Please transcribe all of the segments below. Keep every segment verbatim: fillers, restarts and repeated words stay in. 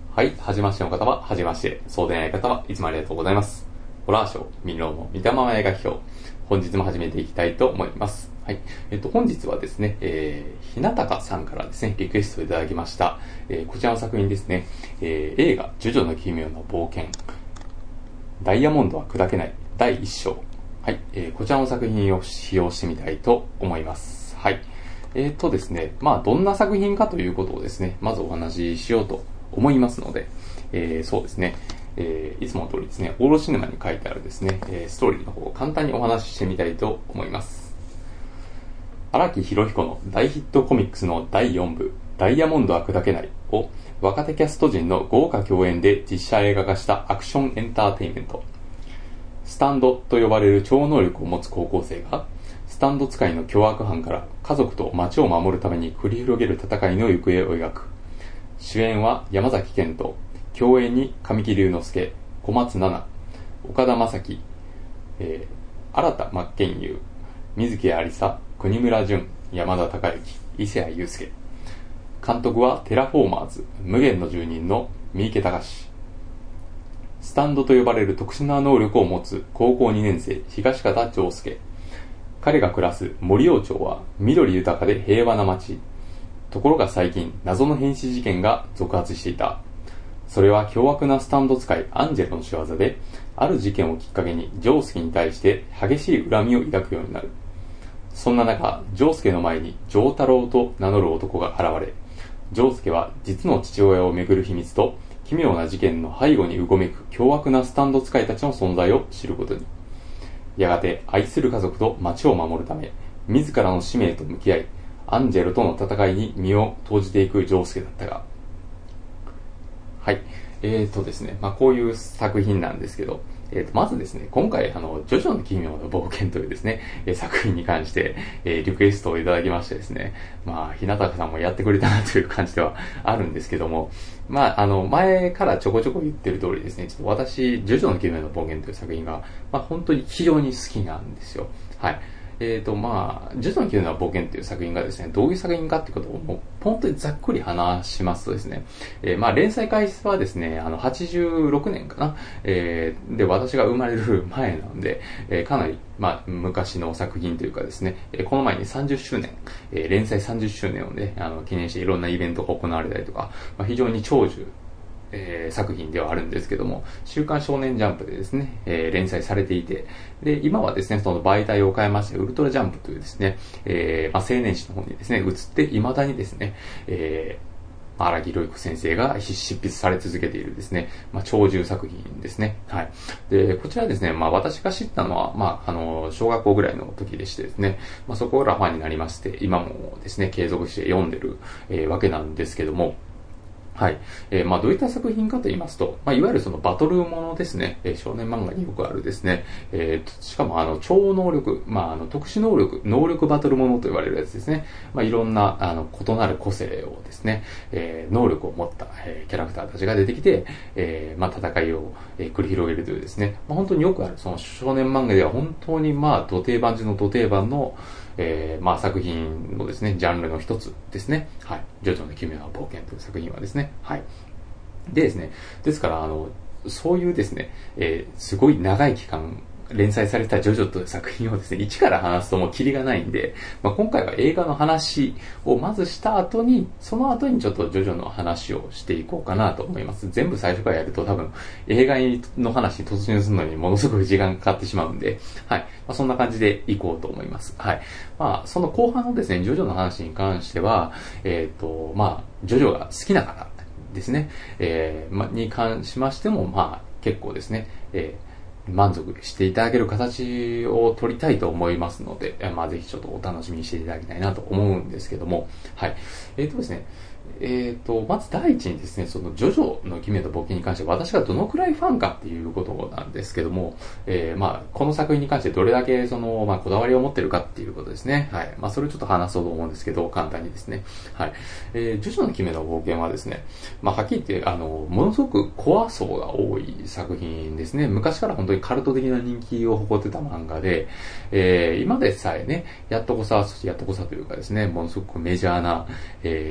はい、はじめましての方は、はじめまして。そうでない方はいつもありがとうございます。ホラーショー、民謡の見たまま映画批評。本日も始めていきたいと思います。はい。えっと、本日はですね、えー、ひなたかさんからですね、リクエストいただきました、えー、こちらの作品ですね、えー、映画、ジョジョの奇妙な冒険、ダイヤモンドは砕けない、だいいっ章。はい。えー、こちらの作品を使用してみたいと思います。はい。えー、っとですね、まあ、どんな作品かということをですね、まずお話ししようと思いますので、えー、そうですね、えー、いつもの通りですね、オールシネマに書いてあるですね、えー、ストーリーの方を簡単にお話ししてみたいと思います。荒木博彦の大ヒットコミックスのだいよん部、ダイヤモンドは砕けないを若手キャスト陣の豪華共演で実写映画化したアクションエンターテインメント。スタンドと呼ばれる超能力を持つ高校生が、スタンド使いの凶悪犯から家族と街を守るために繰り広げる戦いの行方を描く。主演は山崎賢人、共演に神木隆之介、小松菜奈、岡田将生、えー、新田真剣佑、水木有沙、国村淳、山田孝之、伊勢谷友介。監督はテラフォーマーズ、無限の住人の三池隆。スタンドと呼ばれる特殊な能力を持つ高校にねん生、東方丈介。彼が暮らす森王町は緑豊かで平和な町。ところが最近、謎の変死事件が続発していた。それは凶悪なスタンド使いアンジェロの仕業で、ある事件をきっかけにジョースケに対して激しい恨みを抱くようになる。そんな中、ジョースケの前にジョー太郎と名乗る男が現れ、ジョースケは実の父親をめぐる秘密と奇妙な事件の背後にうごめく凶悪なスタンド使いたちの存在を知ることに。やがて愛する家族と町を守るため、自らの使命と向き合い、アンジェロとの戦いに身を投じていくジョースケだったが、はい。えーとですね、まあこういう作品なんですけど、えーと、まずですね、今回、あの、ジョジョの奇妙な冒険というですね、えー、作品に関して、えー、リクエストをいただきましてですね、まあ、日向さんもやってくれたなという感じではあるんですけども、まあ、あの、前からちょこちょこ言ってる通りですね、ちょっと私、ジョジョの奇妙な冒険という作品が、まあ本当に非常に好きなんですよ。はい。えーと、まあ、ジョジョの奇妙な冒険っていう作品がですね、どういう作品かってことをもう、本当にざっくり話しますとですね、えー、まあ、連載開始はですね、あの、はちじゅうろくねんかな、えー、で、私が生まれる前なんで、えー、かなり、まあ、昔の作品というかですね、えー、この前にさんじゅっしゅうねん、えー、連載さんじゅっしゅうねんをね、あの、記念していろんなイベントが行われたりとか、まあ、非常に長寿、えー、作品ではあるんですけども、週刊少年ジャンプでですね、えー、連載されていて、で、今はですね、その媒体を変えまして、ウルトラジャンプというですね、えー、まあ、青年誌の方にですね、移って、未だにですね、えー、荒木博彦先生が執筆され続けているですね、まあ、長寿作品ですね。はい。で、こちらですね、まあ、私が知ったのは、まあ、あの、小学校ぐらいの時でしてですね、まあ、そこからファンになりまして、今もですね、継続して読んでる、えー、わけなんですけども、はい。えー、まあ、どういった作品かと言いますと、まあ、いわゆるそのバトルものですね。えー、少年漫画によくあるですね。えー、しかもあの、超能力、まあ、あの、特殊能力、能力バトルものと言われるやつですね。まあ、いろんな、あの、異なる個性をですね、えー、能力を持った、えー、キャラクターたちが出てきて、えー、まあ、戦いを、えー、繰り広げるというですね。まあ、本当によくある、その少年漫画では本当にまあ、土定番中の土定番の、えー、まあ作品のですね、ジャンルの一つですね。はい。ジョジョの奇妙な冒険という作品はですね。はい。でですね、ですから、あの、そういうですね、えー、すごい長い期間、連載されたジョジョという作品をですね、一から話すともうキリがないんで、まあ、今回は映画の話をまずした後に、その後にちょっとジョジョの話をしていこうかなと思います。全部最初からやると多分、映画の話に突入するのにものすごい時間かかってしまうんで、はい。まあ、そんな感じでいこうと思います。はい。まあ、その後半のですね、ジョジョの話に関しては、えっと、まあ、ジョジョが好きな方ですね、えー、ま、に関しましても、まあ、結構ですね、えー満足していただける形を取りたいと思いますので、まあ、ぜひちょっとお楽しみにしていただきたいなと思うんですけども、はい。えっ、ー、とですね、えっ、ー、と、まず第一にですね、そのジョジョの奇妙な冒険に関して私がどのくらいファンかっていうことなんですけども、えー、まあ、この作品に関してどれだけその、まあ、こだわりを持ってるかっていうことですね。はい。まあ、それをちょっと話そうと思うんですけど、簡単にですね。はい。えー、ジョジョの奇妙な冒険はですね、まあ、はっきり言って、あの、ものすごくコア層が多い作品ですね。昔から本当にカルト的な人気を誇ってた漫画で、えー、今でさえね、やっとこさ、やっとこさというかですね、ものすごくメジャーな、えー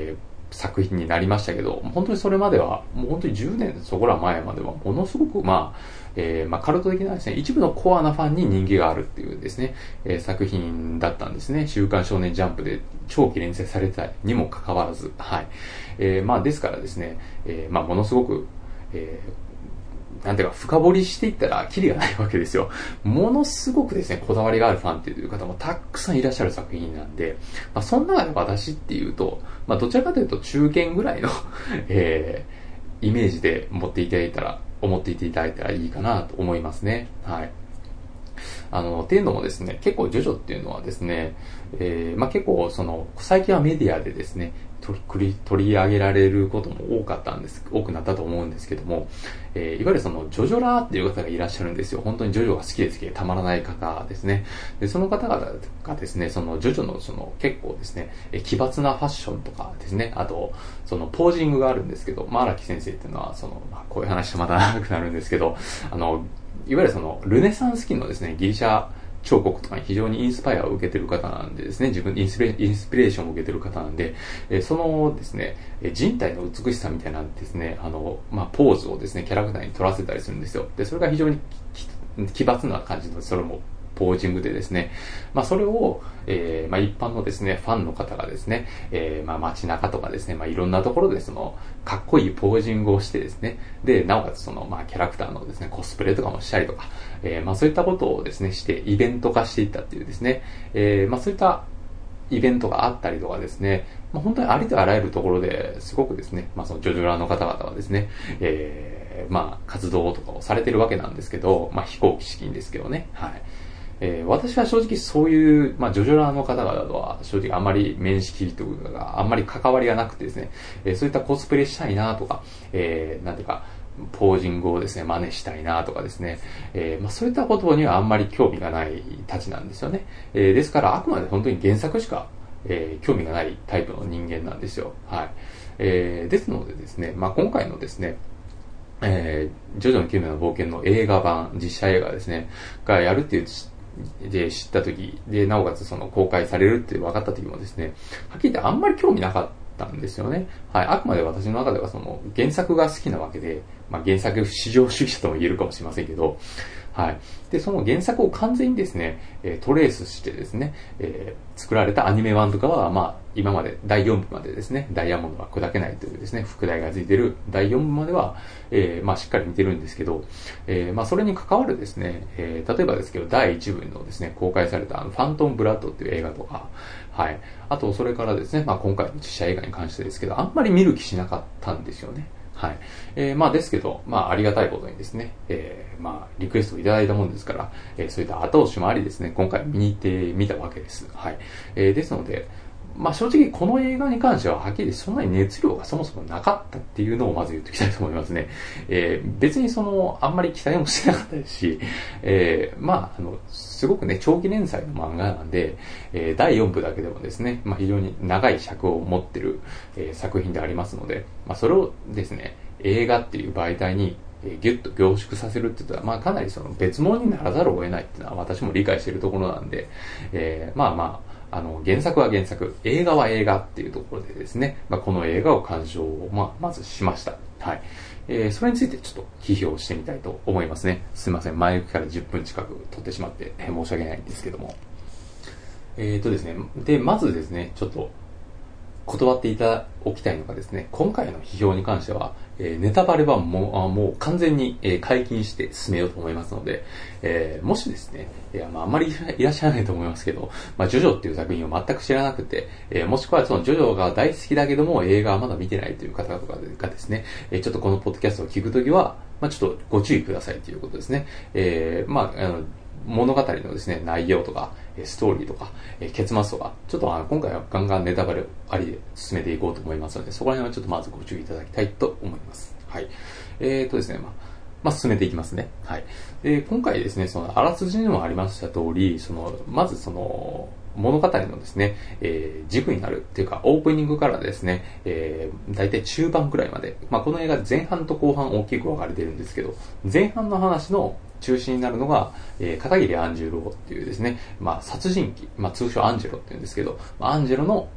作品になりましたけど、本当にそれまでは、もう本当にじゅうねんそこら前までは、ものすごく、まあ、えー、まあ、カルト的なですね、一部のコアなファンに人気があるっていうですね、えー、作品だったんですね。週刊少年ジャンプで長期連載されてたにもかかわらず、はい。えー、まあ、ですからですね、えー、まあ、ものすごく、えーなんていうか、深掘りしていったら、キリがないわけですよ。ものすごくですね、こだわりがあるファンっていう方もたくさんいらっしゃる作品なんで、まあ、その中で私っていうと、まあ、どちらかというと中堅ぐらいの、えー、イメージで持っていただいたら、思っていていただいたらいいかなと思いますね。はい。あの、っていうのもですね、結構ジョジョっていうのはですね、えー、まあ、結構その、最近はメディアでですね、取り、取り上げられることも多かったんです、多くなったと思うんですけども、えー、いわゆるその、ジョジョラーっていう方がいらっしゃるんですよ。本当にジョジョが好きで好きでたまらない方ですね。で、その方々がですね、その、ジョジョのその、結構ですね、え奇抜なファッションとかですね、あと、その、ポージングがあるんですけど、まあ、荒木先生っていうのは、その、まあ、こういう話とまた長くなるんですけど、あの、いわゆるその、ルネサンス期のですね、ギリシャ彫刻とかに非常にインスパイアを受けてる方なんでですね、自分インスピレインスピレーションを受けてる方なんで、えそのですね、人体の美しさみたいなですね、あの、まあ、ポーズをですね、キャラクターに取らせたりするんですよ。で、それが非常に奇抜な感じの、それも、ポージングでですね、まあそれを、えー、まあ一般のですね、ファンの方がですね、えー、まあ街中とかですね、まあいろんなところでその、かっこいいポージングをしてですね、で、なおかつその、まあキャラクターのですね、コスプレとかもしたりとか、えー、まあそういったことをですね、してイベント化していったっていうですね、えー、まあそういったイベントがあったりとかですね、まあ、本当にありとあらゆるところですごくですね、まあそのジョジョラーの方々はですね、えー、まあ活動とかをされてるわけなんですけど、まあ非公式資金ですけどね、はい。えー、私は正直そういう、まあ、ジョジョラーの方々とは正直あんまり面識というか、あんまり関わりがなくてですね、えー、そういったコスプレしたいなとか、えー、なんていうか、ポージングをですね、真似したいなとかですね、えー、まあ、そういったことにはあんまり興味がないたちなんですよね。えー、ですから、あくまで本当に原作しか、えー、興味がないタイプの人間なんですよ。はい。えー、ですのでですね、まあ、今回のですね、えー、ジョジョの奇妙な冒険の映画版、実写映画ですね、がやるっていうで知った時で、なおかつその公開されるって分かった時もですね、はっきり言ってあんまり興味なかったんですよね。はい。あくまで私の中ではその原作が好きなわけで、まあ原作至上主義者とも言えるかもしれませんけど、はい。で、その原作を完全にですね、えー、トレースしてですね、えー、作られたアニメ版とかは、まあ、今までだいよんぶまでですね、ダイヤモンドは砕けないというですね、副題がついているだいよんぶまでは、えー、まあ、しっかり見てるんですけど、えー、まあ、それに関わるですね、えー、例えばですけど、だいいちぶのですね、公開されたあの、ファントムブラッドっていう映画とか、はい。あと、それからですね、まあ、今回の実写映画に関してですけど、あんまり見る気しなかったんですよね。はい。えー、まあですけど、まあありがたいことにですね、えー、まあリクエストをいただいたもんですから、えー、そういった後押しもありですね、今回見に行ってみたわけです。はい。えー、ですので、まあ正直この映画に関してははっきりそんなに熱量がそもそもなかったっていうのをまず言っておきたいと思いますね。えー、別にその、あんまり期待もしてなかったですし、えー、まああの、すごくね、長期連載の漫画なんで、えー、だいよんぶだけでもですね、まあ非常に長い尺を持ってる、えー、作品でありますので、まあそれをですね、映画っていう媒体にえー、ギュッと凝縮させるって言ったら、まあかなりその別物にならざるを得ないっていうのは私も理解しているところなんで、えー、まあまあ、あの、原作は原作、映画は映画っていうところでですね、まあこの映画を鑑賞を、まあまずしました。はい。えー、それについてちょっと批評してみたいと思いますね。すいません、前置きからじゅっぷん近く撮ってしまって、えー、申し訳ないんですけども。えーとですね、で、まずですね、ちょっと、断っていたおきたいのがですね、今回の批評に関しては、えー、ネタバレはもう、もう完全に、えー、解禁して進めようと思いますので、えー、もしですね、いや、まあ、あんまりいらっしゃらないと思いますけど、まあ、ジョジョっていう作品を全く知らなくて、えー、もしくはそのジョジョが大好きだけども映画はまだ見てないという方とかがですね、えー、ちょっとこのポッドキャストを聞くときは、まあ、ちょっとご注意くださいということですね。えー、まあ、あの、物語のですね、内容とか、ストーリーとか、結末とか、ちょっとあの今回はガンガンネタバレありで進めていこうと思いますので、そこら辺はちょっとまずご注意いただきたいと思います。はい。えーとですね、まあ、まあ、進めていきますね。はい。で、今回ですね、その、あらすじにもありました通り、その、まずその、物語のですね、えー、軸になるっていうか、オープニングからですね、えー、大体中盤くらいまで、まあ、この映画前半と後半大きく分かれてるんですけど、前半の話の中心になるのが、えー、片桐アンジェロっていうですね、まあ、殺人鬼、まあ、通称アンジェロって言うんですけど、アンジェロの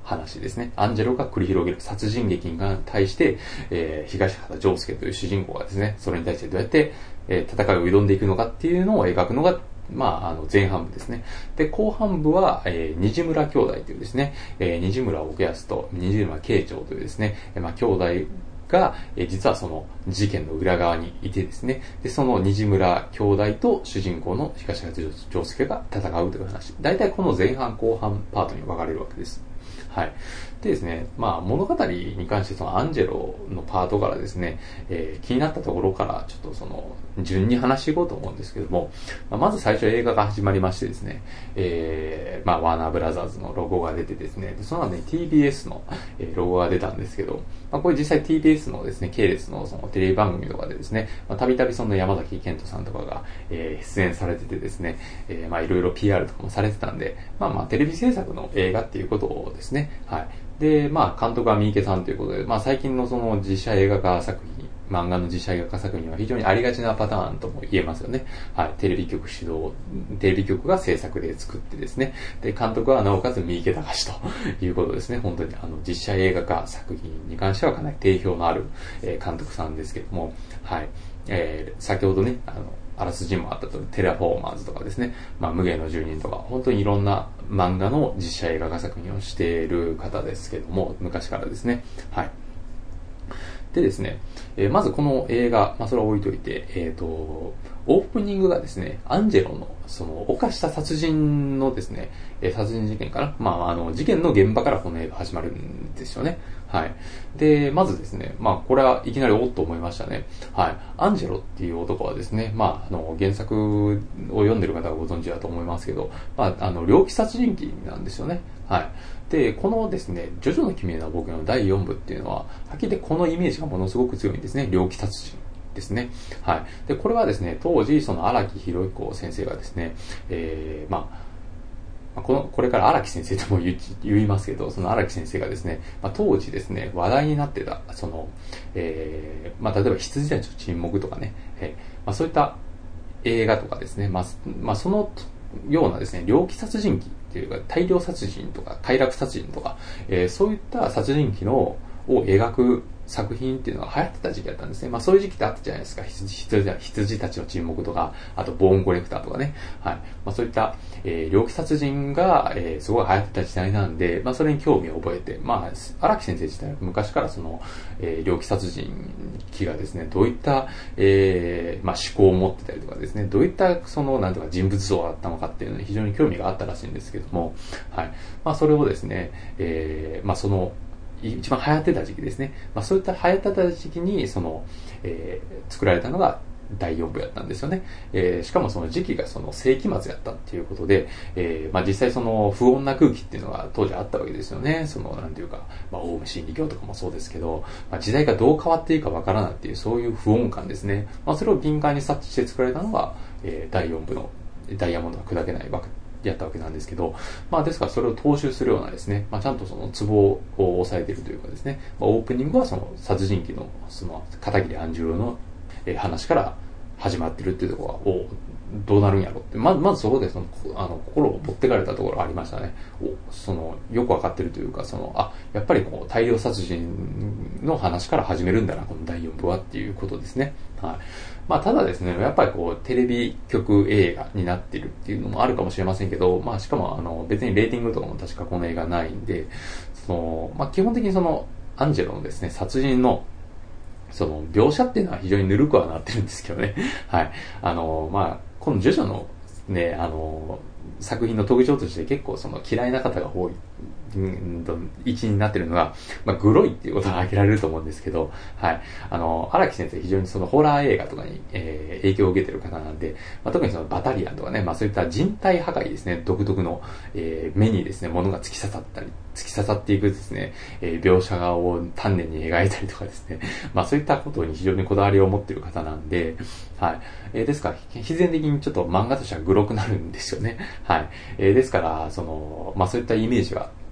話ですね。アンジェロが繰り広げる殺人劇に対して、えー、東畑丈介という主人公がですね、それに対してどうやって、えー、戦いを挑んでいくのかっていうのを描くのが、まあ、あの、前半部ですね。で、後半部は、えー、虹村兄弟というですね、えー、虹村奥安と虹村慶長というですね、えー、まあ、兄弟が、えー、実はその事件の裏側にいてですね、で、その虹村兄弟と主人公の東畑丈介が戦うという話。大体この前半後半パートに分かれるわけです。はい。でですね、まあ物語に関してそのアンジェロのパートからですね、えー、気になったところからちょっとその順に話していこうと思うんですけども、まあ、まず最初映画が始まりましてですね、えー、まあワーナーブラザーズのロゴが出てですね、でその後に ティービーエス の、えー、ロゴが出たんですけど、まあこれ実際 ティービーエス のですね、系列のそのテレビ番組とかでですね、たびたびその山崎賢人さんとかが、えー、出演されててですね、えー、まあいろいろ ピーアール とかもされてたんで、まあまあテレビ制作の映画っていうことをですね、はい。で、まあ、監督は三池さんということで、まあ、最近のその実写映画化作品、漫画の実写映画化作品は非常にありがちなパターンとも言えますよね。はい。テレビ局主導、テレビ局が制作で作ってですね。で、監督はなおかつ三池隆ということですね。本当にあの、実写映画化作品に関してはかなり定評のある、えー、監督さんですけども、はい。えー、先ほどね、あの、あらすじもあったとテラフォーマーズとかですね、まあ、無限の住人とか、本当にいろんな漫画の実写映画化作品をしている方ですけども、昔からですね。はい。でですね、えー、まずこの映画、まあ、それは置いといて、えっと、オープニングがですね、アンジェロの、その、犯した殺人のですね、えー、殺人事件かな。まあ、あの、事件の現場からこの映画始まるんですよね。はい。で、まずですね、まあ、これはいきなりおっと思いましたね。はい。アンジェロっていう男はですね、まあ、あの、原作を読んでる方はご存知だと思いますけど、まあ、あの、猟奇殺人鬼なんですよね。はい。で、このですね、ジョジョの奇妙な冒険のだいよん部っていうのは、はっきり言ってこのイメージがものすごく強いんですね。猟奇殺人ですね。はい。で、これはですね、当時、その荒木博彦先生がですね、えー、まあ、この、これから荒木先生とも言いますけど、その荒木先生がですね、まあ、当時ですね、話題になってた、その、えー、まあ、例えば羊たちの沈黙とかね、えーまあ、そういった映画とかですね、まあ、まあ、そのようなですね、猟奇殺人鬼っていうか、大量殺人とか、快楽殺人とか、えー、そういった殺人鬼の、を描く作品っていうのが流行ってた時期だったんですね。まあそういう時期ってあったじゃないですか。羊、羊、羊たちの沈黙とか、あとボーンコレクターとかね。はい。まあそういった、えー、猟奇殺人が、えー、すごい流行ってた時代なんで、まあそれに興味を覚えて、まあ荒木先生自体は昔からその、えー、猟奇殺人鬼がですね、どういった、えー、まあ思考を持ってたりとかですね、どういったその、なんとか人物像だったのかっていうのに非常に興味があったらしいんですけども、はい。まあそれをですね、えー、まあその、一番流行ってた時期ですね。まあそういった流行ってた時期に、その、えー、作られたのがだいよん部やったんですよね。えー、しかもその時期がその世紀末やったっていうことで、えー、まあ実際その不穏な空気っていうのが当時あったわけですよね。その、なんていうか、まあオウム真理教とかもそうですけど、まあ時代がどう変わっていいかわからないっていう、そういう不穏感ですね。まあそれを敏感に察知して作られたのが、えー、だいよん部のダイヤモンドが砕けないわけやったわけなんですけど、まあですからそれを踏襲するようなですね、まあちゃんとそのツボを抑えているというかですね、まあ、オープニングはその殺人鬼のその片桐安十郎の話から始まっているっていうところが、おどうなるんやろって、まずまずそこでそのあの心を持ってかれたところありましたね。おそのよくわかってるというか、そのあやっぱりこう大量殺人の話から始めるんだなこのだいよん部はっていうことですね。はい。まあただですね、やっぱりこうテレビ局映画になっているっていうのもあるかもしれませんけど、まあしかもあの別にレーティングとかも確かこの映画ないんで、そのまあ基本的にそのアンジェロのですね殺人のその描写っていうのは非常にぬるくはなってるんですけどね。はい。あの、まあ、このジョジョのね、あの、作品の特徴として結構その嫌いな方が多い、うんと、一になってるのが、まあ、グロいっていうことが挙げられると思うんですけど、はい。あの、荒木先生非常にそのホラー映画とかに、えー、影響を受けてる方なんで、まあ、特にそのバタリアンとかね、まあそういった人体破壊ですね、独特の、えー、目にですね、物が突き刺さったり、突き刺さっていくですね、えー、描写を丹念に描いたりとかですね、まあそういったことに非常にこだわりを持っている方なんで、はい。えー、ですから、必然的にちょっと漫画としてはグロくなるんですよね。はい。えー、ですから、その、まあそういったイメージは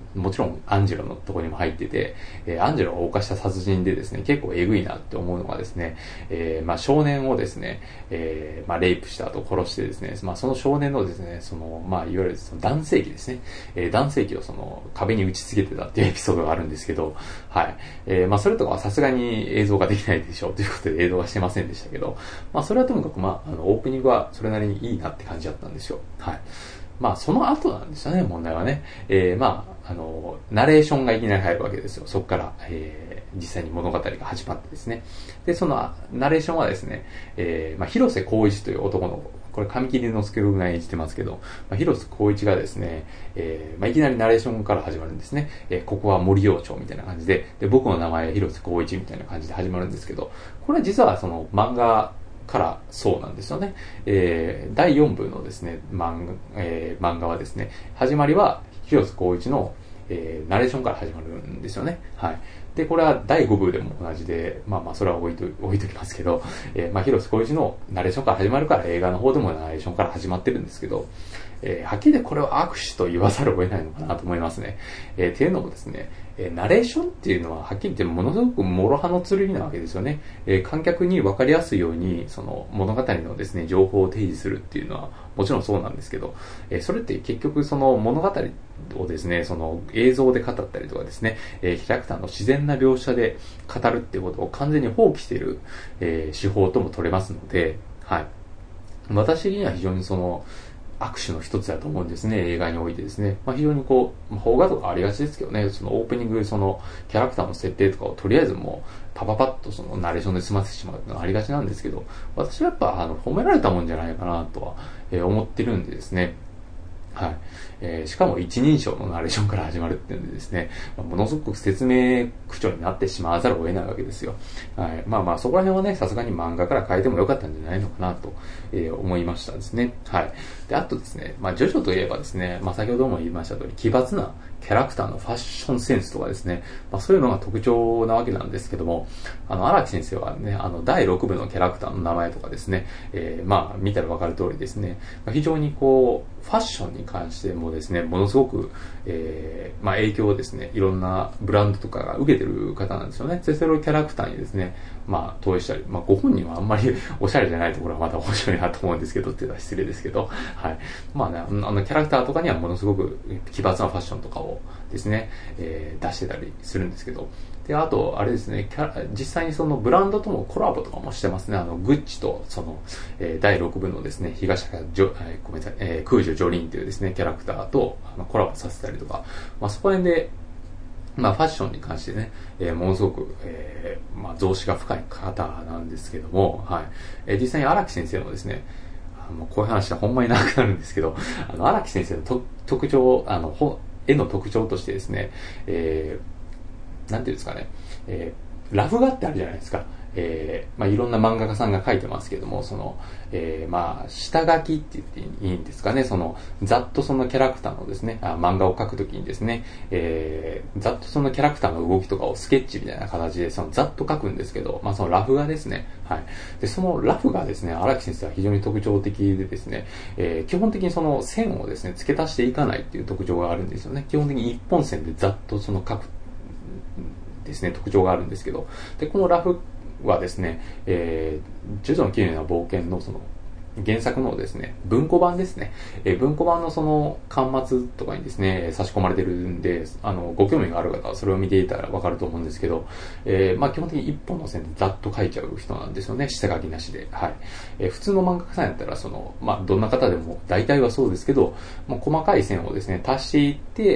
もちろんアンジェロのところにも入ってて、えー、アンジェロが犯した殺人でですね、結構エグいなって思うのがですね、えー、まあ少年をですね、えー、まあレイプした後殺してですね、まあその少年のですね、その、まあいわゆるその男性器ですね、えー、男性器をその壁に打ち付けてたっていうエピソードがあるんですけど、はい。えー、まあそれとかはさすがに映像ができないでしょうということで映像はしてませんでしたけど、まあそれはともかくまあ、あの、オープニングはそれなりにいいなって感じだったんですよ。はい。まあ、その後なんですよね、問題はね。えー、まあ、あの、ナレーションがいきなり入るわけですよ。そこから、えー、実際に物語が始まってですね。で、その、ナレーションはですね、えー、まあ、広瀬光一という男の子、これ、神木隆之介君が演じてますけど、まあ、広瀬光一がですね、えー、まあ、いきなりナレーションから始まるんですね。えー、ここは森陽町みたいな感じで、で、僕の名前、広瀬光一みたいな感じで始まるんですけど、これは実はその漫画、からそうなんですよね。えー、だいよん部のですね、漫画、えー、漫画はですね、始まりは広瀬光一の、えー、ナレーションから始まるんですよね。はい。で、これはだいご部でも同じで、まあまあ、それは置いと、置いときますけど、えー、まあ、広瀬光一のナレーションから始まるから映画の方でもナレーションから始まってるんですけど、えー、はっきりこれは握手と言わざるを得ないのかなと思いますね。えー、っていうのもですね、えー、ナレーションっていうのははっきり言ってものすごく諸刃の剣なわけですよね。えー、観客に分かりやすいようにその物語のですね情報を提示するっていうのはもちろんそうなんですけど、えー、それって結局その物語をですねその映像で語ったりとかですね、えー、キャラクターの自然な描写で語るっていうことを完全に放棄している、えー、手法とも取れますので、はい。私的には非常にその握手の一つだと思うんですね、映画においてですね。まあ、非常にこう、邦画とかありがちですけどね、そのオープニング、そのキャラクターの設定とかをとりあえずもうパパパッとそのナレーションで済ませてしまうっていうのはありがちなんですけど、私はやっぱあの褒められたもんじゃないかなとは、えー、思ってるんでですね。はい。えー、しかも一人称のナレーションから始まるっていうんでですね、まあ、ものすごく説明口調になってしまわざるを得ないわけですよ。はい。まあまあ、そこら辺はね、さすがに漫画から変えてもよかったんじゃないのかなと、えー、思いましたですね。はい。で、あとですね、まあ、ジョジョといえばですね、まあ、先ほども言いました通り、奇抜なキャラクターのファッションセンスとかですね、まあ、そういうのが特徴なわけなんですけども、あの、荒木先生はね、あの、だいろく部のキャラクターの名前とかですね、えー、まあ、見たらわかる通りですね、非常にこう、ファッションに関してもですね、ものすごく、えー、まあ、影響をですね、いろんなブランドとかが受けてる方なんですよね。で、それをキャラクターにですね、まあ、投影したり、まあ、ご本人はあんまりおしゃれじゃないところはまた面白いなと思うんですけど、っていうのは失礼ですけど、はい。まあね、あの、キャラクターとかにはものすごく奇抜なファッションとかをですね、えー、出してたりするんですけど、で、あと、あれですね、キャラ実際にそのブランドともコラボとかもしてますね。あの、グッチと、その、えー、だいろく部のですね、東原ジョ、えー、ごめんなさい、えー、空女ジョリーンというですね、キャラクターとあのコラボさせたりとか、まあ、そこら辺で、まあ、ファッションに関してね、えー、ものすごく、えー、まあ、増資が深い方なんですけども、はい。えー、実際に荒木先生もですね、あのこういう話はほんまに長くなるんですけど、あの、荒木先生のと特徴、あの、絵の特徴としてですね、えーなんていうんですかね、えー、ラフ画ってあるじゃないですか。えー、まあいろんな漫画家さんが書いてますけども、その、えー、まあ、下書きって言っていいんですかね、その、ざっとそのキャラクターのですね、あ漫画を描くときにですね、えー、ざっとそのキャラクターの動きとかをスケッチみたいな形で、そのざっと描くんですけど、まあそのラフ画ですね。はい。で、そのラフがですね、荒木先生は非常に特徴的でですね、えー、基本的にその線をですね、付け足していかないっていう特徴があるんですよね。基本的に一本線でざっとその描くですね、特徴があるんですけど、で、このラフはですね、えー、ジョジョの奇妙な冒険のその原作のですね、文庫版ですね、えー、文庫版のその巻末とかにですね、差し込まれてるんで、あの、ご興味がある方はそれを見ていたらわかると思うんですけど、えー、まあ基本的に一本の線でざっと描いちゃう人なんですよね、下書きなしで。はい。えー、普通の漫画家さんやったら、その、まあどんな方でも大体はそうですけど、まあ、細かい線をですね、足していって、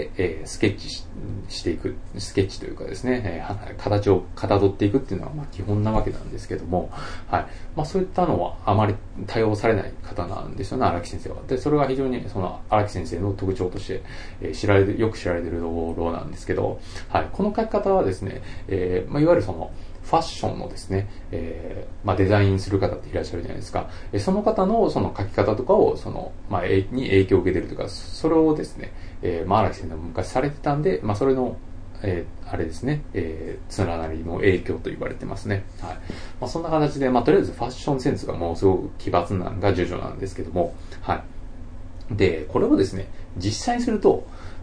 えー、スケッチ し, していく、スケッチというかですね、えー、形をかたどっていくっていうのはまあ基本なわけなんですけども、はい。まあそういったのはあまり多用されない方なんですよね、荒木先生は。で、それが非常にその荒木先生の特徴として、えー、知られて、よく知られているところなんですけど、はい。この書き方はですね、えー、まあいわゆるその、ファッションのですね、えー、まあデザインする方っていらっしゃるじゃないですか。えー、その方のその書き方とかを、その、まあ、えに影響を受けてるというか、それをですね、えー、まあ荒木先生も昔されてたんで、まあそれの、えー、あれですね、えー、つながりの影響と言われてますね。はい。まあ、そんな形で、まあ、とりあえずファッションセンスがもうすごく奇抜なのがジョジョなんですけども、はい。で、これをですね、実際にすると、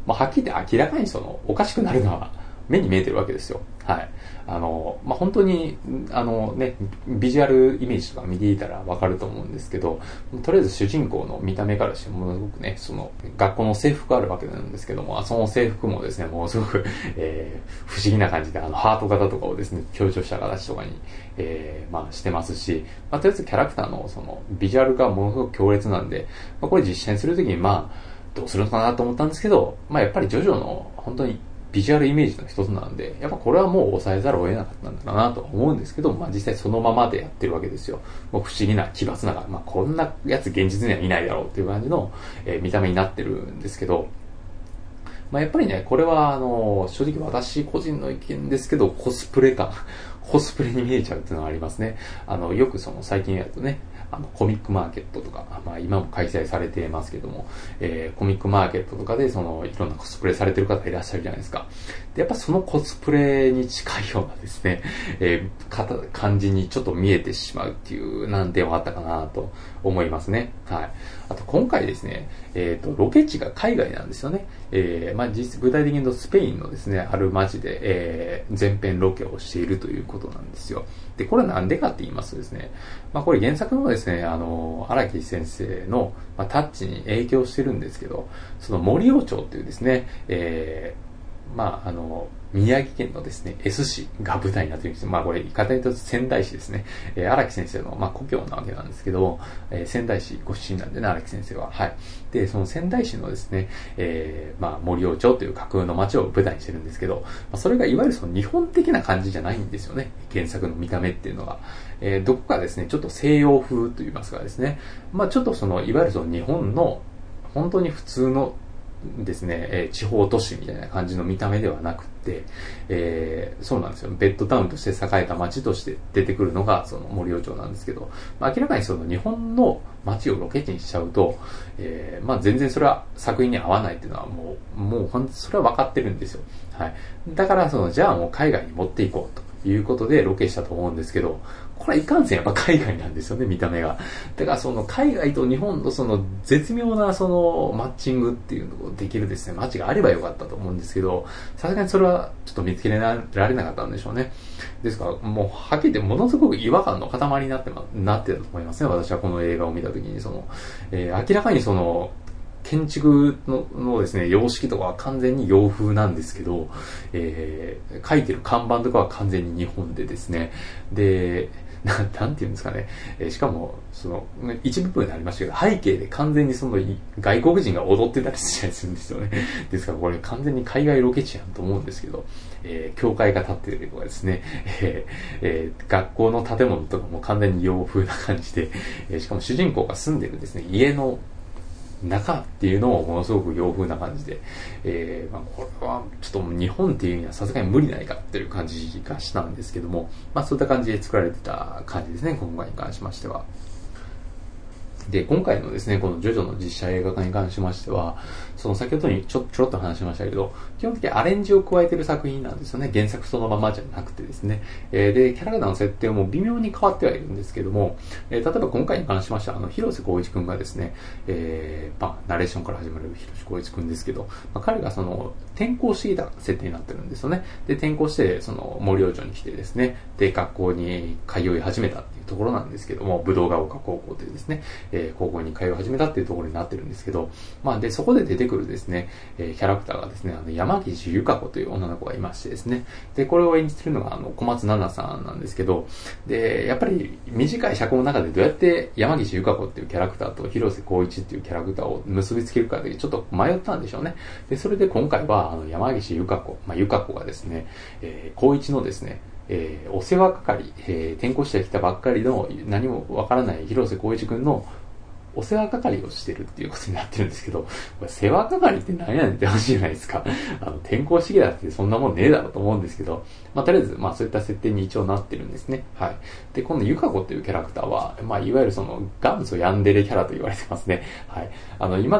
まあ、はっきり言って明らかにその、おかしくなるのは目に見えてるわけですよ。はい。あの、まあ、本当に、あのね、ビジュアルイメージとか見ていたらわかると思うんですけど、とりあえず主人公の見た目からしてものすごくね、その、学校の制服あるわけなんですけども、その制服もですね、ものすごく、えー、不思議な感じで、あの、ハート型とかをですね、強調した形とかに、えー、まあ、してますし、まあ、とりあえずキャラクターのその、ビジュアルがものすごく強烈なんで、まあ、これ実写にするときに、まあ、どうするのかなと思ったんですけど、まあ、やっぱりジョジョの、本当に、ビジュアルイメージの一つなんで、やっぱこれはもう抑えざるを得なかったんだなと思うんですけど、まあ実際そのままでやってるわけですよ。もう不思議な奇抜な、まあこんなやつ現実にはいないだろうっていう感じの、えー、見た目になってるんですけど、まあやっぱりね、これはあの、正直私個人の意見ですけど、コスプレ感、コスプレに見えちゃうっていうのがありますね。あの、よくその最近やるとね、あの、コミックマーケットとか、まあ今も開催されていますけども、えー、コミックマーケットとかでその、いろんなコスプレされてる方いらっしゃるじゃないですか。で、やっぱそのコスプレに近いようなですね、えー、感じにちょっと見えてしまうっていう難点はあったかなと思いますね。はい。あと今回ですね、えっと、ロケ地が海外なんですよね。えー、まあ実、具体的に言うとスペインのですね、ある町で、えー、前編ロケをしているということなんですよ。で、これはなんでかって言いますとですね、まあこれ原作のですね、あの、荒木先生の、まあ、タッチに影響してるんですけど、その森尾町っていうですね、えー、まああの、宮城県のですね、S 市が舞台になっているんです。まあこれ、簡単に言うと仙台市ですね。えー、荒木先生の、まあ故郷なわけなんですけど、えー、仙台市ご出身なんでね、荒木先生は。はい。で、その仙台市のですね、えー、まあ森尾町という架空の町を舞台にしてるんですけど、まあ、それがいわゆるその日本的な感じじゃないんですよね。原作の見た目っていうのが。えー、どこかですね、ちょっと西洋風といいますかですね、まあちょっとその、いわゆるその日本の、本当に普通のですね、えー、地方都市みたいな感じの見た目ではなくて、えー、そうなんですよ。ベッドタウンとして栄えた街として出てくるのがその森尾町なんですけど、まあ、明らかにその日本の街をロケ地にしちゃうと、えー、まあ全然それは作品に合わないっていうのはもう、もうほんとそれは分かってるんですよ。はい。だからその、じゃあもう海外に持っていこうということでロケしたと思うんですけど、これはいかんせんやっぱ海外なんですよね、見た目が。だからその海外と日本のその絶妙なそのマッチングっていうのをできるですね、街があればよかったと思うんですけど、さすがにそれはちょっと見つけられなかったんでしょうね。ですから、もうはっきり言ってものすごく違和感の塊になって、ま、なってたと思いますね、私はこの映画を見たときに。その、えー、明らかにその、建築 の, のですね、様式とかは完全に洋風なんですけど、えー、書いてる看板とかは完全に日本でですね、で、な, なんていうんですかね、えー、しかも、その、一部分でありましたけど、背景で完全にその外国人が踊ってたりしたりするんですよね。ですからこれ完全に海外ロケ地やんと思うんですけど、えー、教会が建ってるとかですね、えーえー、学校の建物とかも完全に洋風な感じで、えー、しかも主人公が住んでるですね、家の中っていうのもものすごく洋風な感じで、えーまあ、これはちょっと日本っていうにはさすがに無理ないかっていう感じがしたんですけども、まあそういった感じで作られてた感じですね、今回に関しましては。で、今回のですね、このジョジョの実写映画化に関しましては、その先ほどにちょちょろっと話しましたけど、基本的にアレンジを加えてる作品なんですよね。原作そのままじゃなくてですね。えー、で、キャラクターの設定も微妙に変わってはいるんですけども、えー、例えば今回に関しましては、あの、広瀬光一くんがですね、えー、まあ、ナレーションから始まる広瀬光一くんですけど、まあ、彼がその、転校していた設定になってるんですよね。で、転校して、その、森尾町に来てですね、で、学校に通い始めたっていうところなんですけども、武道が丘高校というですね、えー、高校に通い始めたっていうところになってるんですけど、まあ、で、そこで出てくるですね、えー、キャラクターがですね、あの、山岸由香子という女の子がいましてですね、で、これを演じてるのが、あの、小松菜奈さんなんですけど、で、やっぱり短い尺の中でどうやって山岸由香子っていうキャラクターと広瀬光一っていうキャラクターを結びつけるかでちょっと迷ったんでしょうね。で、それで今回は、あの、山岸由香子、まあ、由香子がですね、えー、光一のですね、えー、お世話係、えー、転校してきたばっかりの何もわからない広瀬光一くんのお世話係をしてるっていうことになってるんですけど、これ世話係って何やねんって話じゃないですか。あの、転校してきたってそんなもんねえだろうと思うんですけど、まあ、とりあえず、まあ、そういった設定に一応なってるんですね。はい。で、今度、ゆかこっていうキャラクターは、まあ、いわゆるその、元祖ヤンデレキャラと言われてますね。はい。あの、今です、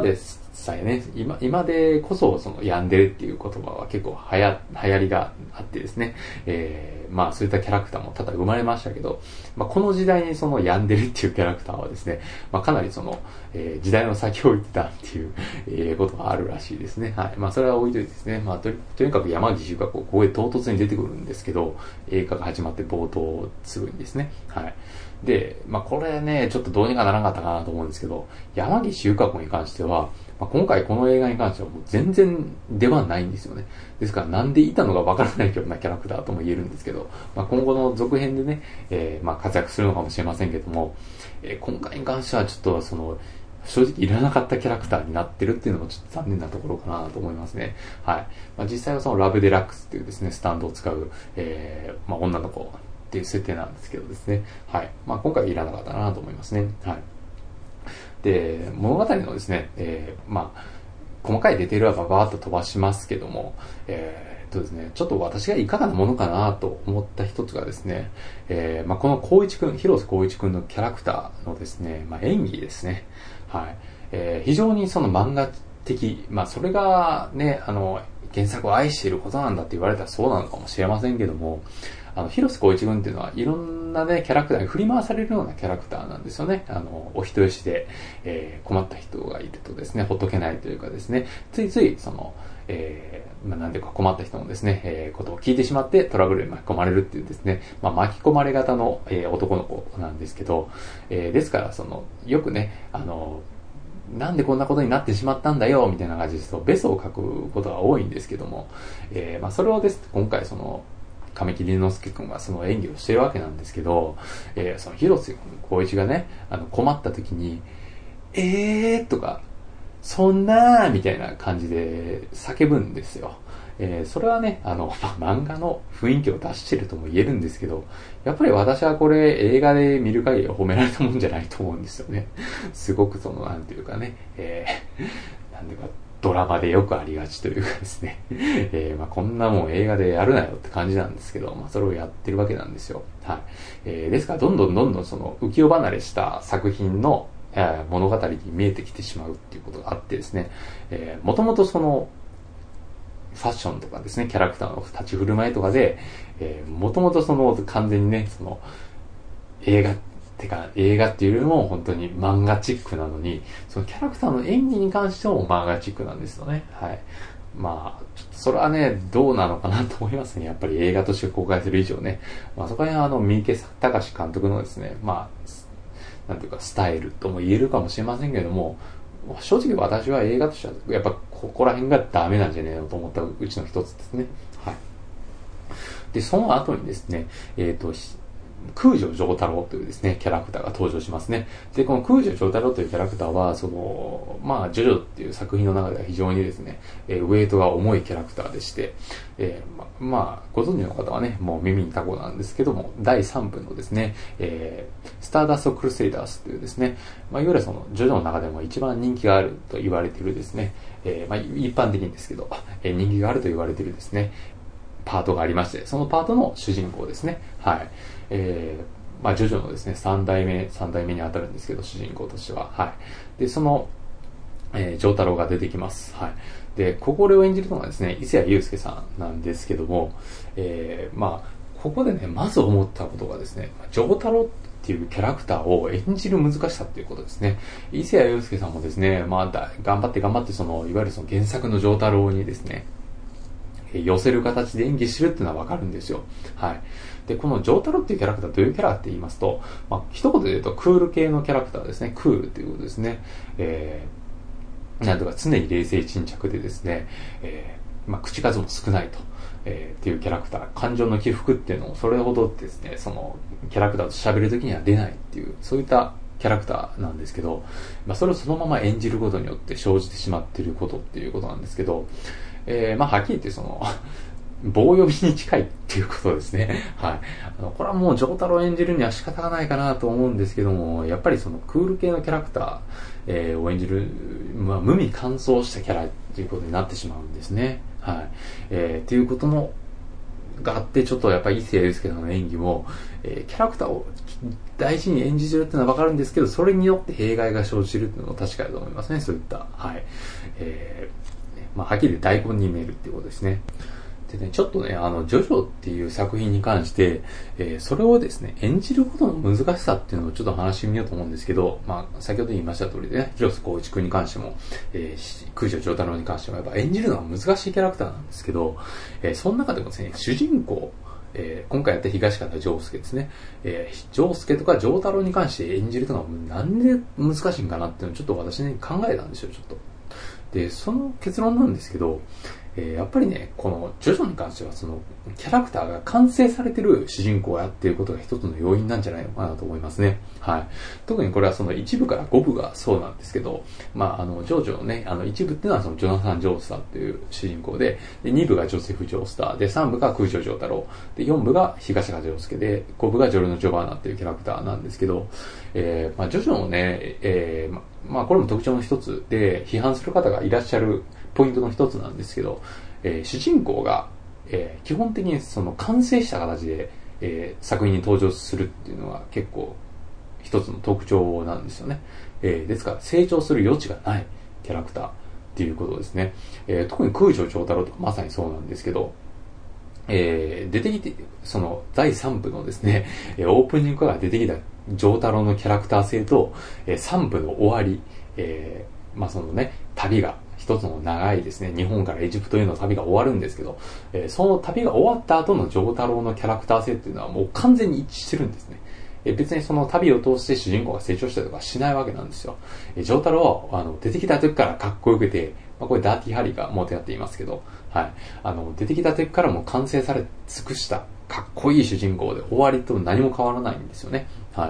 際ね、今、今でこそそのヤンデレっていう言葉は結構はや、流行りがあってですね、えー、まあそういったキャラクターも多々生まれましたけど、まあこの時代にそのヤンデレっていうキャラクターはですね、まあかなりその、えー、時代の先を行ってたっていう、えー、ことがあるらしいですね。はい。まあそれは置いといてですね、まあと、とにかく山岸優香子、ここへ唐突に出てくるんですけど、映画が始まって冒頭すぐにですね、はい。で、まあこれね、ちょっとどうにかならなかったかなと思うんですけど、山岸優香子に関しては、まあ、今回この映画に関してはもう全然出番ないんですよね。ですからなんでいたのかわからないようなキャラクターとも言えるんですけど、まあ、今後の続編でね、えー、まあ活躍するのかもしれませんけども、えー、今回に関してはちょっとその、正直いらなかったキャラクターになってるっていうのもちょっと残念なところかなと思いますね。はい。まあ、実際はそのラブデラックスっていうですね、スタンドを使う、えー、まあ女の子っていう設定なんですけどですね。はい。まあ今回はいらなかったなと思いますね。はい。で、物語のですね、えー、まあ、細かいディテールはババーっと飛ばしますけども、えー、っとですね、ちょっと私がいかがなものかなと思った一つがですね、えー、まあ、この光一くん、広瀬光一くんのキャラクターのですね、まあ、演技ですね。はい。えー、非常にその漫画的、まあ、それがね、あの、原作を愛していることなんだって言われたらそうなのかもしれませんけども、あの、広瀬光一君っていうのはいろんなね、キャラクターに振り回されるようなキャラクターなんですよね。あの、お人よしで、えー、困った人がいるとですね、ほっとけないというかですね、ついつい、その、えー、まあ、なんていうか困った人のですね、えー、ことを聞いてしまってトラブルに巻き込まれるっていうですね、まあ、巻き込まれ型の、えー、男の子なんですけど、えー、ですから、その、よくね、あの、なんでこんなことになってしまったんだよ、みたいな感じですと、ベソを書くことが多いんですけども、えー、まあ、それをですね、今回その、神木隆之介君はその演技をしてるわけなんですけど、えー、その広瀬光一がね、あの、困った時に、えーとか、そんなーみたいな感じで叫ぶんですよ。えー、それはね、あの、まあ、漫画の雰囲気を出してるとも言えるんですけど、やっぱり私はこれ映画で見る限りは褒められたもんじゃないと思うんですよね。すごくその、なんていうかね、えー、なんていうか、ドラマでよくありがちというかですね、えー、まあこんなもん映画でやるなよって感じなんですけど、まあそれをやってるわけなんですよ。はい。えー、ですからどんどんどんどんその浮世離れした作品の、えー、物語に見えてきてしまうっていうことがあってですね、えー、もともとその、ファッションとかですね、キャラクターの立ち振る舞いとかで、えー、もともとその完全にね、その、映画てか映画っていうよりも本当に漫画チックなのに、そのキャラクターの演技に関しても漫画チックなんですよね。はい。まあ、ちょっとそれはね、どうなのかなと思いますね。やっぱり映画として公開する以上ね。まあそこら辺はあの、三池隆監督のですね、まあ、なんていうかスタイルとも言えるかもしれませんけれども、正直私は映画としては、やっぱここら辺がダメなんじゃねえのと思ったうちの一つですね。はい。で、その後にですね、えっと、空城城太郎というですね、キャラクターが登場しますね。で、この空城城太郎というキャラクターは、その、まあ、ジョジョっていう作品の中では非常にですね、えー、ウェイトが重いキャラクターでして、えー、ま、まあ、ご存知の方はね、もう耳にタコなんですけども、だいさんぶのですね、えー、スターダストクルセイダースというですね、まあ、いわゆるその、ジョジョの中でも一番人気があると言われているですね、えー、まあ、一般的にですけど、えー、人気があると言われているですね、パートがありまして、そのパートの主人公ですね。はい。えー、まあ、ジョジョのですね、三代目、三代目に当たるんですけど、主人公としては。はい。で、その、えー、ジョータロが出てきます。はい。で、ここを演じるのがですね、伊勢谷友介さんなんですけども、えー、まあ、ここでね、まず思ったことがですね、ジョータロっていうキャラクターを演じる難しさっていうことですね。伊勢谷友介さんもですね、まあだ、頑張って頑張って、その、いわゆるその原作のジョータロにですね、寄せる形で演技してるっていうのはわかるんですよ。はい。で、このジョータロっていうキャラクターどういうキャラって言いますと、まあ、一言で言うとクール系のキャラクターですね。クールっていうことですね。えー、なんとか常に冷静沈着でですね、えー、まあ、口数も少ないと。えー、っていうキャラクター、感情の起伏っていうのをそれほどですね、そのキャラクターと喋るときには出ないっていう、そういったキャラクターなんですけど、まあ、それをそのまま演じることによって生じてしまっていることっていうことなんですけど、えー、まあ、はっきり言ってその、棒呼びに近いっていうことですね。はい。あの、これはもう、ジョータロを演じるには仕方がないかなと思うんですけども、やっぱりその、クール系のキャラクター、えー、を演じる、まあ、無味乾燥したキャラっていうことになってしまうんですね。はい。えー、っていうことの、 があって、ちょっとやっぱり一世祐介さんの演技も、えー、キャラクターを大事に演じてるっていうのはわかるんですけど、それによって弊害が生じるっていうのも確かだと思いますね、そういった。はい。えー、まあ、はっきり大根に見えるっていうことですね。でね、ちょっとね、あの、ジョジョっていう作品に関して、えー、それをですね、演じることの難しさっていうのをちょっと話してみようと思うんですけど、まあ、先ほど言いました通りでね、広瀬光一君に関しても、えー、空城城太郎に関しても、やっぱ演じるのは難しいキャラクターなんですけど、えー、その中でもですね、主人公、えー、今回やった東方丈介ですね、えー、丈介とか丈太郎に関して演じるのがなんで難しいんかなっていうのをちょっと私ね、考えたんですよ、ちょっと。で、その結論なんですけど、えー、やっぱりね、このジョジョに関してはそのキャラクターが完成されてる主人公をやっていることが一つの要因なんじゃないのかなと思いますね。はい。特にこれはその一部から五部がそうなんですけど、まああのジョジョのね、あの一部っていうのはそのジョナサン・ジョースターっていう主人公で、で二部がジョセフ・ジョースターで、三部が空城城太郎で、四部が東方丈介で、五部がジョルノ・ジョバーナっていうキャラクターなんですけど、えー、まあジョジョのね、えー、ままあこれも特徴の一つで批判する方がいらっしゃるポイントの一つなんですけど、えー、主人公が、えー、基本的にその完成した形で、えー、作品に登場するっていうのは結構一つの特徴なんですよね。えー、ですから成長する余地がないキャラクターっていうことですね。えー、特に空城城太郎とかまさにそうなんですけど、えー、出てきて、そのだいさん部のですね、オープニングから出てきた城太郎のキャラクター性と、えー、さん部の終わり、えー、まあそのね、旅が一つの長いですね、日本からエジプトへの旅が終わるんですけど、えー、その旅が終わった後の城太郎のキャラクター性っていうのはもう完全に一致してるんですね。えー、別にその旅を通して主人公が成長したりとかしないわけなんですよ。えー、城太郎はあの出てきた時からかっこよくて、まあ、これダーティーハリーが元やっていますけど、はい。あの、出てきた時からもう完成され尽くしたかっこいい主人公で終わりと何も変わらないんですよね。はい。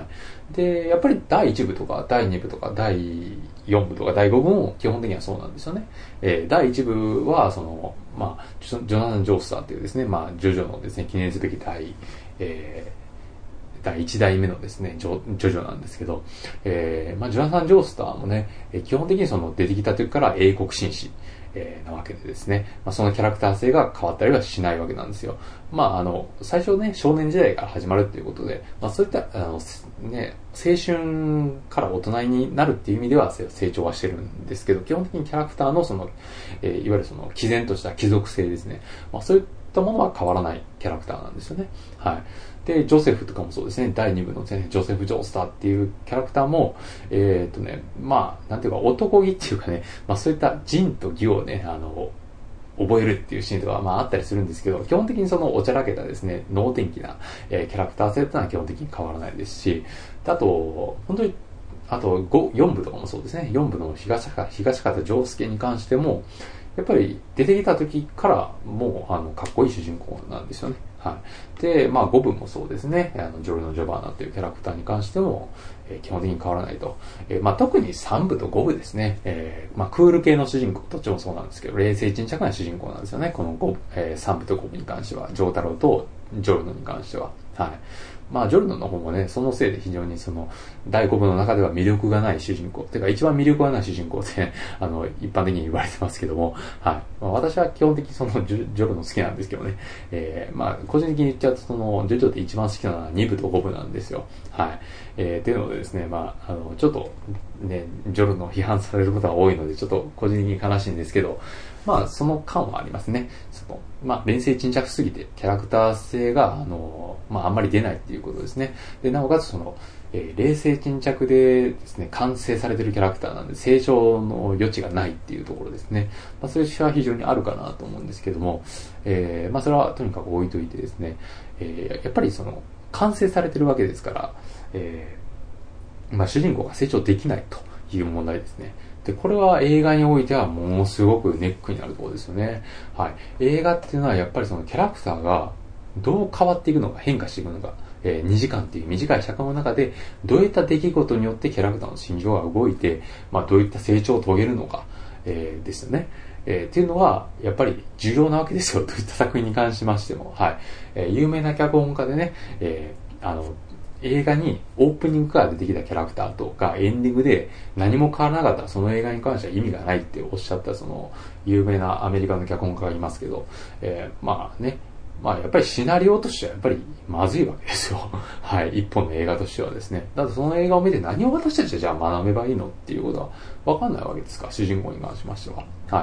で、やっぱりだいいち部とかだいに部とかだいよん部とかだいご部も基本的にはそうなんですよね。えー、だいいち部は、その、まあ、ジョナサン・ジョースターっていうですね、まあ、ジョジョのですね、記念すべき第、えー、だいいち代目のですね、ジョジョジョなんですけど、えー、まあ、ジョナサン・ジョースターもね、基本的にその出てきた時から英国紳士、えー、なわけでですね、まあ、そのキャラクター性が変わったりはしないわけなんですよ。まあ、あの、最初ね、少年時代から始まるっていうことで、まあ、そういった、あの、ね、青春から大人になるっていう意味では成長はしてるんですけど、基本的にキャラクターのその、えー、いわゆるその、毅然とした貴族性ですね。まあ、そういったものは変わらないキャラクターなんですよね。はい。で、ジョセフとかもそうですね、だいに部の、ね、ジョセフ・ジョースターっていうキャラクターも、えー、っとね、まあ、なんていうか、男気っていうかね、まあそういった仁と義をね、あの、覚えるっていうシーンとか、まああったりするんですけど、基本的にそのおちゃらけたですね、能天気な、えー、キャラクター性っていうのは基本的に変わらないですし、あと、本当に、あとよん部とかもそうですね、よん部の東方、東方丈介に関しても、やっぱり出てきた時からもうあのかっこいい主人公なんですよね。はい。で、まあご部もそうですね。あのジョルノ・ジョバーナというキャラクターに関しても、えー、基本的に変わらないと。えー、まあ特にさん部とご部ですね。えー、まあクール系の主人公、どっちもそうなんですけど、冷静沈着な主人公なんですよね。このご、えー、さん部とご部に関しては、ジョー太郎とジョルノに関しては。はい。まあ、ジョルノの方もね、そのせいで非常にその、だいご部の中では魅力がない主人公。てか、一番魅力がない主人公って、ね、あの、一般的に言われてますけども、はい。まあ、私は基本的にそのジョ、ジョルノ好きなんですけどね。えー、まあ、個人的に言っちゃうと、その、ジョジョって一番好きなのはに部とご部なんですよ。はい。えー、っていうのでですね、まあ、あの、ちょっと、ね、ジョルノを批判されることが多いので、ちょっと個人的に悲しいんですけど、まあ、その感はありますね。その、まあ、冷静沈着すぎて、キャラクター性が、あの、まあ、あんまり出ないっていうことですね。で、なおかつその、えー、冷静沈着でですね、完成されてるキャラクターなんで、成長の余地がないっていうところですね。まあ、それは非常にあるかなと思うんですけども、えー、まあ、それはとにかく置いといてですね、えー、やっぱりその、完成されてるわけですから、えー、まあ、主人公が成長できないという問題ですね。で、これは映画においてはものすごくネックになるところですよね。はい。映画っていうのはやっぱりそのキャラクターがどう変わっていくのか、変化していくのか、えー、にじかんっていう短い尺の中でどういった出来事によってキャラクターの心情が動いて、まあどういった成長を遂げるのか、えー、ですよね。えー、っていうのはやっぱり重要なわけですよ。どういった作品に関しましても。はい。えー、有名な脚本家でね、えー、あの、映画にオープニングから出てきたキャラクターとかエンディングで何も変わらなかったらその映画に関しては意味がないっておっしゃったその有名なアメリカの脚本家がいますけど、えー、まあね、 まあやっぱりシナリオとしてはやっぱりまずいわけですよ。はい。一本の映画としてはですね。だってその映画を見て何を私たちはじゃあ学べばいいのっていうことはわかんないわけですから、主人公に関しましては。はい。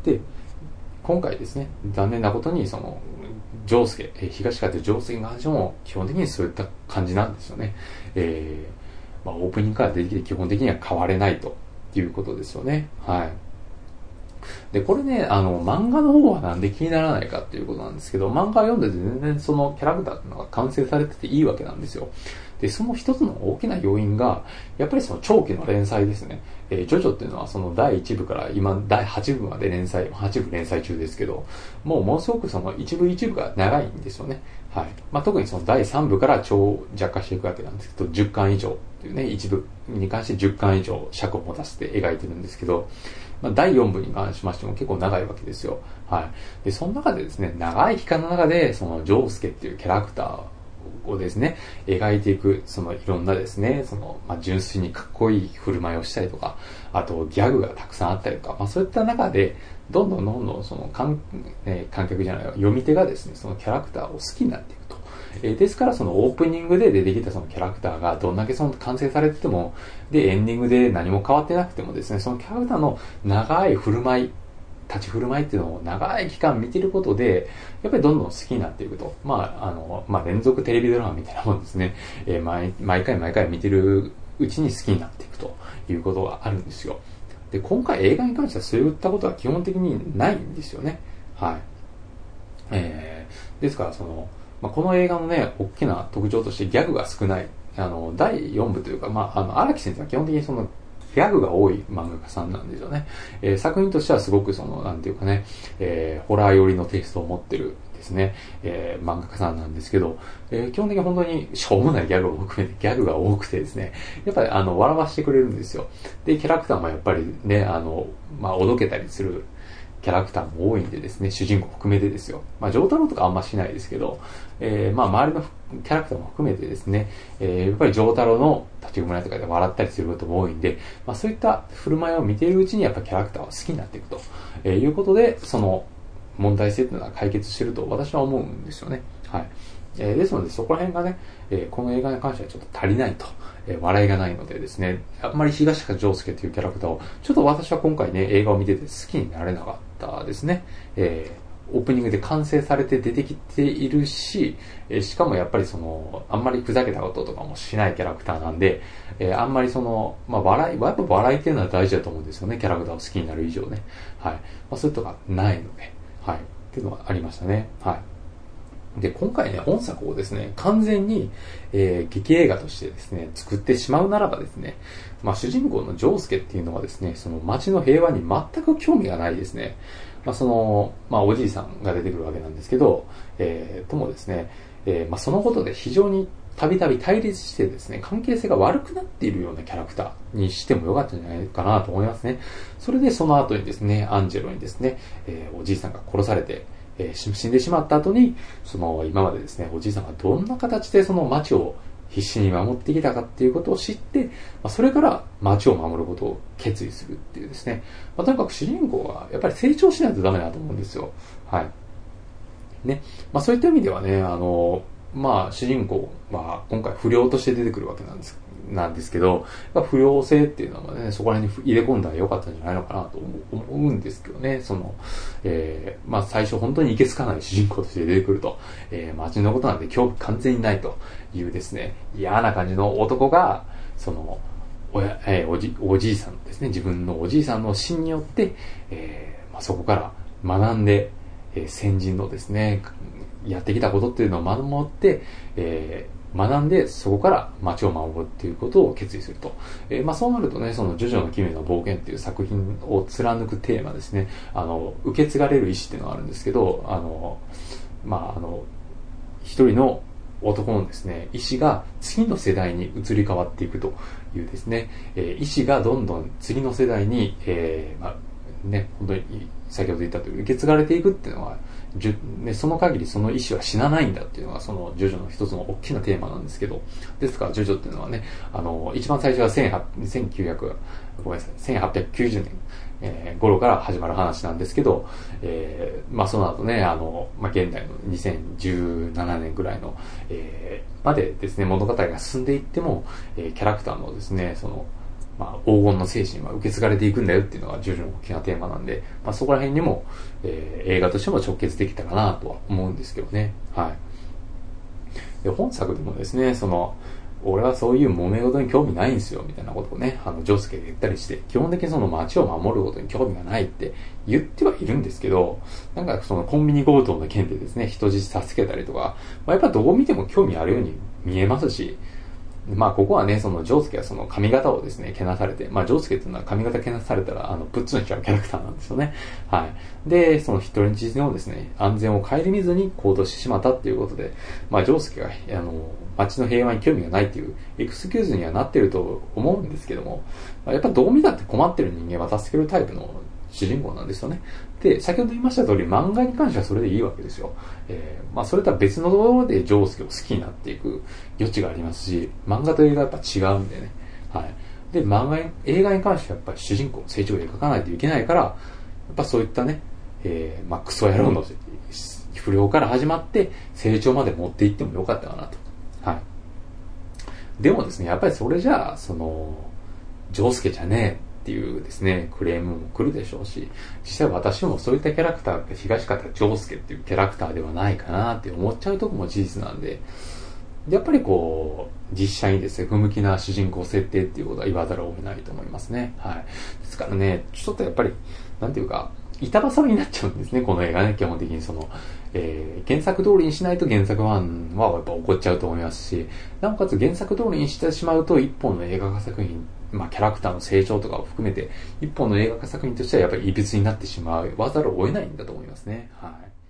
で、今回ですね、残念なことにその、ジョウスケ、東方ジョウスケに関しても基本的にそういった感じなんですよね。えー、まあオープニングから出てきて基本的には変われないということですよね。はい。で、これね、あの、漫画の方はなんで気にならないかっていうことなんですけど、漫画を読んでて全然そのキャラクターっていうのが完成されてていいわけなんですよ。で、その一つの大きな要因が、やっぱりその長期の連載ですね。えー、ジョジョっていうのはそのだいいち部から今だいはち部まで連載、はち部連載中ですけど、もうものすごくその一部一部が長いんですよね。はい。まあ、特にそのだいさん部から超弱化していくわけなんですけど、じゅっかん以上っていうね、一部に関してじゅっかん以上尺を持たせて描いてるんですけど、まあ、だいよん部に関しましても結構長いわけですよ。はい。で、その中でですね、長い期間の中で、その、ジョウスケっていうキャラクターをですね、描いていく、その、いろんなですね、その、まあ、純粋にかっこいい振る舞いをしたりとか、あと、ギャグがたくさんあったりとか、まあ、そういった中で、どんどんどんどん、その、観、えー、観客じゃない、読み手がですね、そのキャラクターを好きになっていくと。えー、ですからそのオープニングで出てきたそのキャラクターがどんだけその完成されてても、で、エンディングで何も変わってなくてもですね、そのキャラクターの長い振る舞い、立ち振る舞いっていうのを長い期間見てることで、やっぱりどんどん好きになっていくと。まあ、あの、まあ、連続テレビドラマみたいなもんですね。えー、毎、毎回毎回見てるうちに好きになっていくということがあるんですよ。で、今回映画に関してはそういったことは基本的にないんですよね。はい。えー、ですからその、まあ、この映画のね、大きな特徴としてギャグが少ない。あの、だいよん部というか、まあ、あの、荒木先生は基本的にその、ギャグが多い漫画家さんなんですよね。えー、作品としてはすごくその、なんていうかね、えー、ホラー寄りのテイストを持ってるですね、えー、漫画家さんなんですけど、えー、基本的に本当にしょうもないギャグを含めてギャグが多くてですね、やっぱりあの、笑わせてくれるんですよ。で、キャラクターもやっぱりね、あの、まあ、おどけたりするキャラクターも多いんでですね、主人公含めてですよ。まあ、丈太郎とかあんましないですけど、えー、まあ、周りのキャラクターも含めてですね、えー、やっぱり丈太郎の立ち振る舞いとかで笑ったりすることも多いんで、まあ、そういった振る舞いを見ているうちにやっぱキャラクターは好きになっていくと、えー、いうことで、その問題性っていうのは解決してると私は思うんですよね。はい。えー、ですので、そこら辺がね、えー、この映画に関してはちょっと足りないと、えー、笑いがないのでですね、あんまり東方丈介というキャラクターを、ちょっと私は今回ね、映画を見てて好きになれなかったですね。えー、オープニングで完成されて出てきているし、えー、しかもやっぱりその、あんまりふざけたこととかもしないキャラクターなんで、えー、あんまりその、まあ、笑い、やっぱ笑いっていうのは大事だと思うんですよね、キャラクターを好きになる以上ね。はい。まあ、そういうとこがないので、はい。っていうのがありましたね。はい。で、今回ね、本作をですね、完全に、えー、劇映画としてですね、作ってしまうならばですね、まあ、主人公のジョウスケっていうのはですね、その街の平和に全く興味がないですね。まあ、その、まあ、おじいさんが出てくるわけなんですけど、えー、ともですね、えー、まあ、そのことで非常にたびたび対立してですね、関係性が悪くなっているようなキャラクターにしてもよかったんじゃないかなと思いますね。それでその後にですね、アンジェロにですね、えー、おじいさんが殺されて、えー、死んでしまった後に、その今までですね、おじいさんがどんな形でその街を必死に守ってきたかっていうことを知って、まあ、それから街を守ることを決意するっていうですね、まあ、とにかく主人公はやっぱり成長しないとダメだと思うんですよ。はい。ね。まあそういった意味ではね、あの、まあ主人公は今回不良として出てくるわけなんですなんですけど、不良性っていうのはね、そこら辺に入れ込んだらよかったんじゃないのかなと思うんですけどね、その、えー、まあ最初本当にいけつかない主人公として出てくると、えー、街のことなんて興味完全にないというですね、嫌な感じの男が、その、おや、えー、おじ、おじいさんですね、自分のおじいさんの死によって、えー、まあそこから学んで、えー、先人のですね、やってきたことっていうのを守って、えー学んでそこから街を守るっていうことを決意すると、えー、まあそうなるとね、そのジョジョの奇妙な冒険っていう作品を貫くテーマですね、あの受け継がれる意志っていうのがあるんですけど、あのまああの一人の男のですね意志が次の世代に移り変わっていくというですね、えー、意志がどんどん次の世代に、えー、まあね、本当に先ほど言ったとおり受け継がれていくっていうのはじゅでその限りその意志は死なないんだっていうのがそのジョジョの一つの大きなテーマなんですけど、ですからジョジョっていうのはね、あの一番最初はせんきゅうひゃくごめんなさいせんはっぴゃくきゅうじゅうねん、えー、頃から始まる話なんですけど、えー、まあその後ね、あの、まあ現代のにせんじゅうななねんぐらいの、えー、までですね、物語が進んでいっても、えー、キャラクターのですね、その、まあ黄金の精神は受け継がれていくんだよっていうのがジョジョの大きなテーマなんで、まあそこら辺にも、えー、映画としても直結できたかなとは思うんですけどね。はい。で、本作でもですね、その、俺はそういう揉め事に興味ないんですよ、みたいなことをね、あの、ジョウスケが言ったりして、基本的にその街を守ることに興味がないって言ってはいるんですけど、なんかそのコンビニ強盗の件でですね、人質助けたりとか、まあ、やっぱどこ見ても興味あるように見えますし、まあここはね、そのジョウスケはその髪型をですね、けなされて、まあジョウスケっていうのは髪型けなされたら、あの、プッツンしちゃうキャラクターなんですよね。はい。で、その人質のですね、安全を顧みずに行動してしまったっていうことで、まあジョウスケが、あの、街の平和に興味がないっていうエクスキューズにはなってると思うんですけども、やっぱどう見たって困ってる人間は助けるタイプの主人公なんですよね。で、先ほど言いました通り、漫画に関してはそれでいいわけですよ。えー、まあそれとは別のところでジョウスケを好きになっていく余地がありますし、漫画と映画はやっぱ違うんでね。はい。で、漫画、映画に関してはやっぱり主人公の成長を描かないといけないから、やっぱそういったね、えー、まあクソ野郎の不良から始まって成長まで持っていってもよかったかなと。はい。でもですね、やっぱりそれじゃあ、その、ジョウスケじゃねえっていうですね、クレームも来るでしょうし、実際私もそういったキャラクターが東方ジョウスケっていうキャラクターではないかなって思っちゃうとこも事実なんで、やっぱりこう、実写にですね、不向きな主人公設定っていうことは言わざるを得ないと思いますね。はい。ですからね、ちょっとやっぱり、なんていうか、板挟みになっちゃうんですね、この映画ね、基本的にその、えー、原作通りにしないと原作ファンはやっぱ怒っちゃうと思いますし、なおかつ原作通りにしてしまうと一本の映画化作品、まあキャラクターの成長とかを含めて、一本の映画化作品としてはやっぱり異物になってしまう、わざるを得ないんだと思いますね。はい。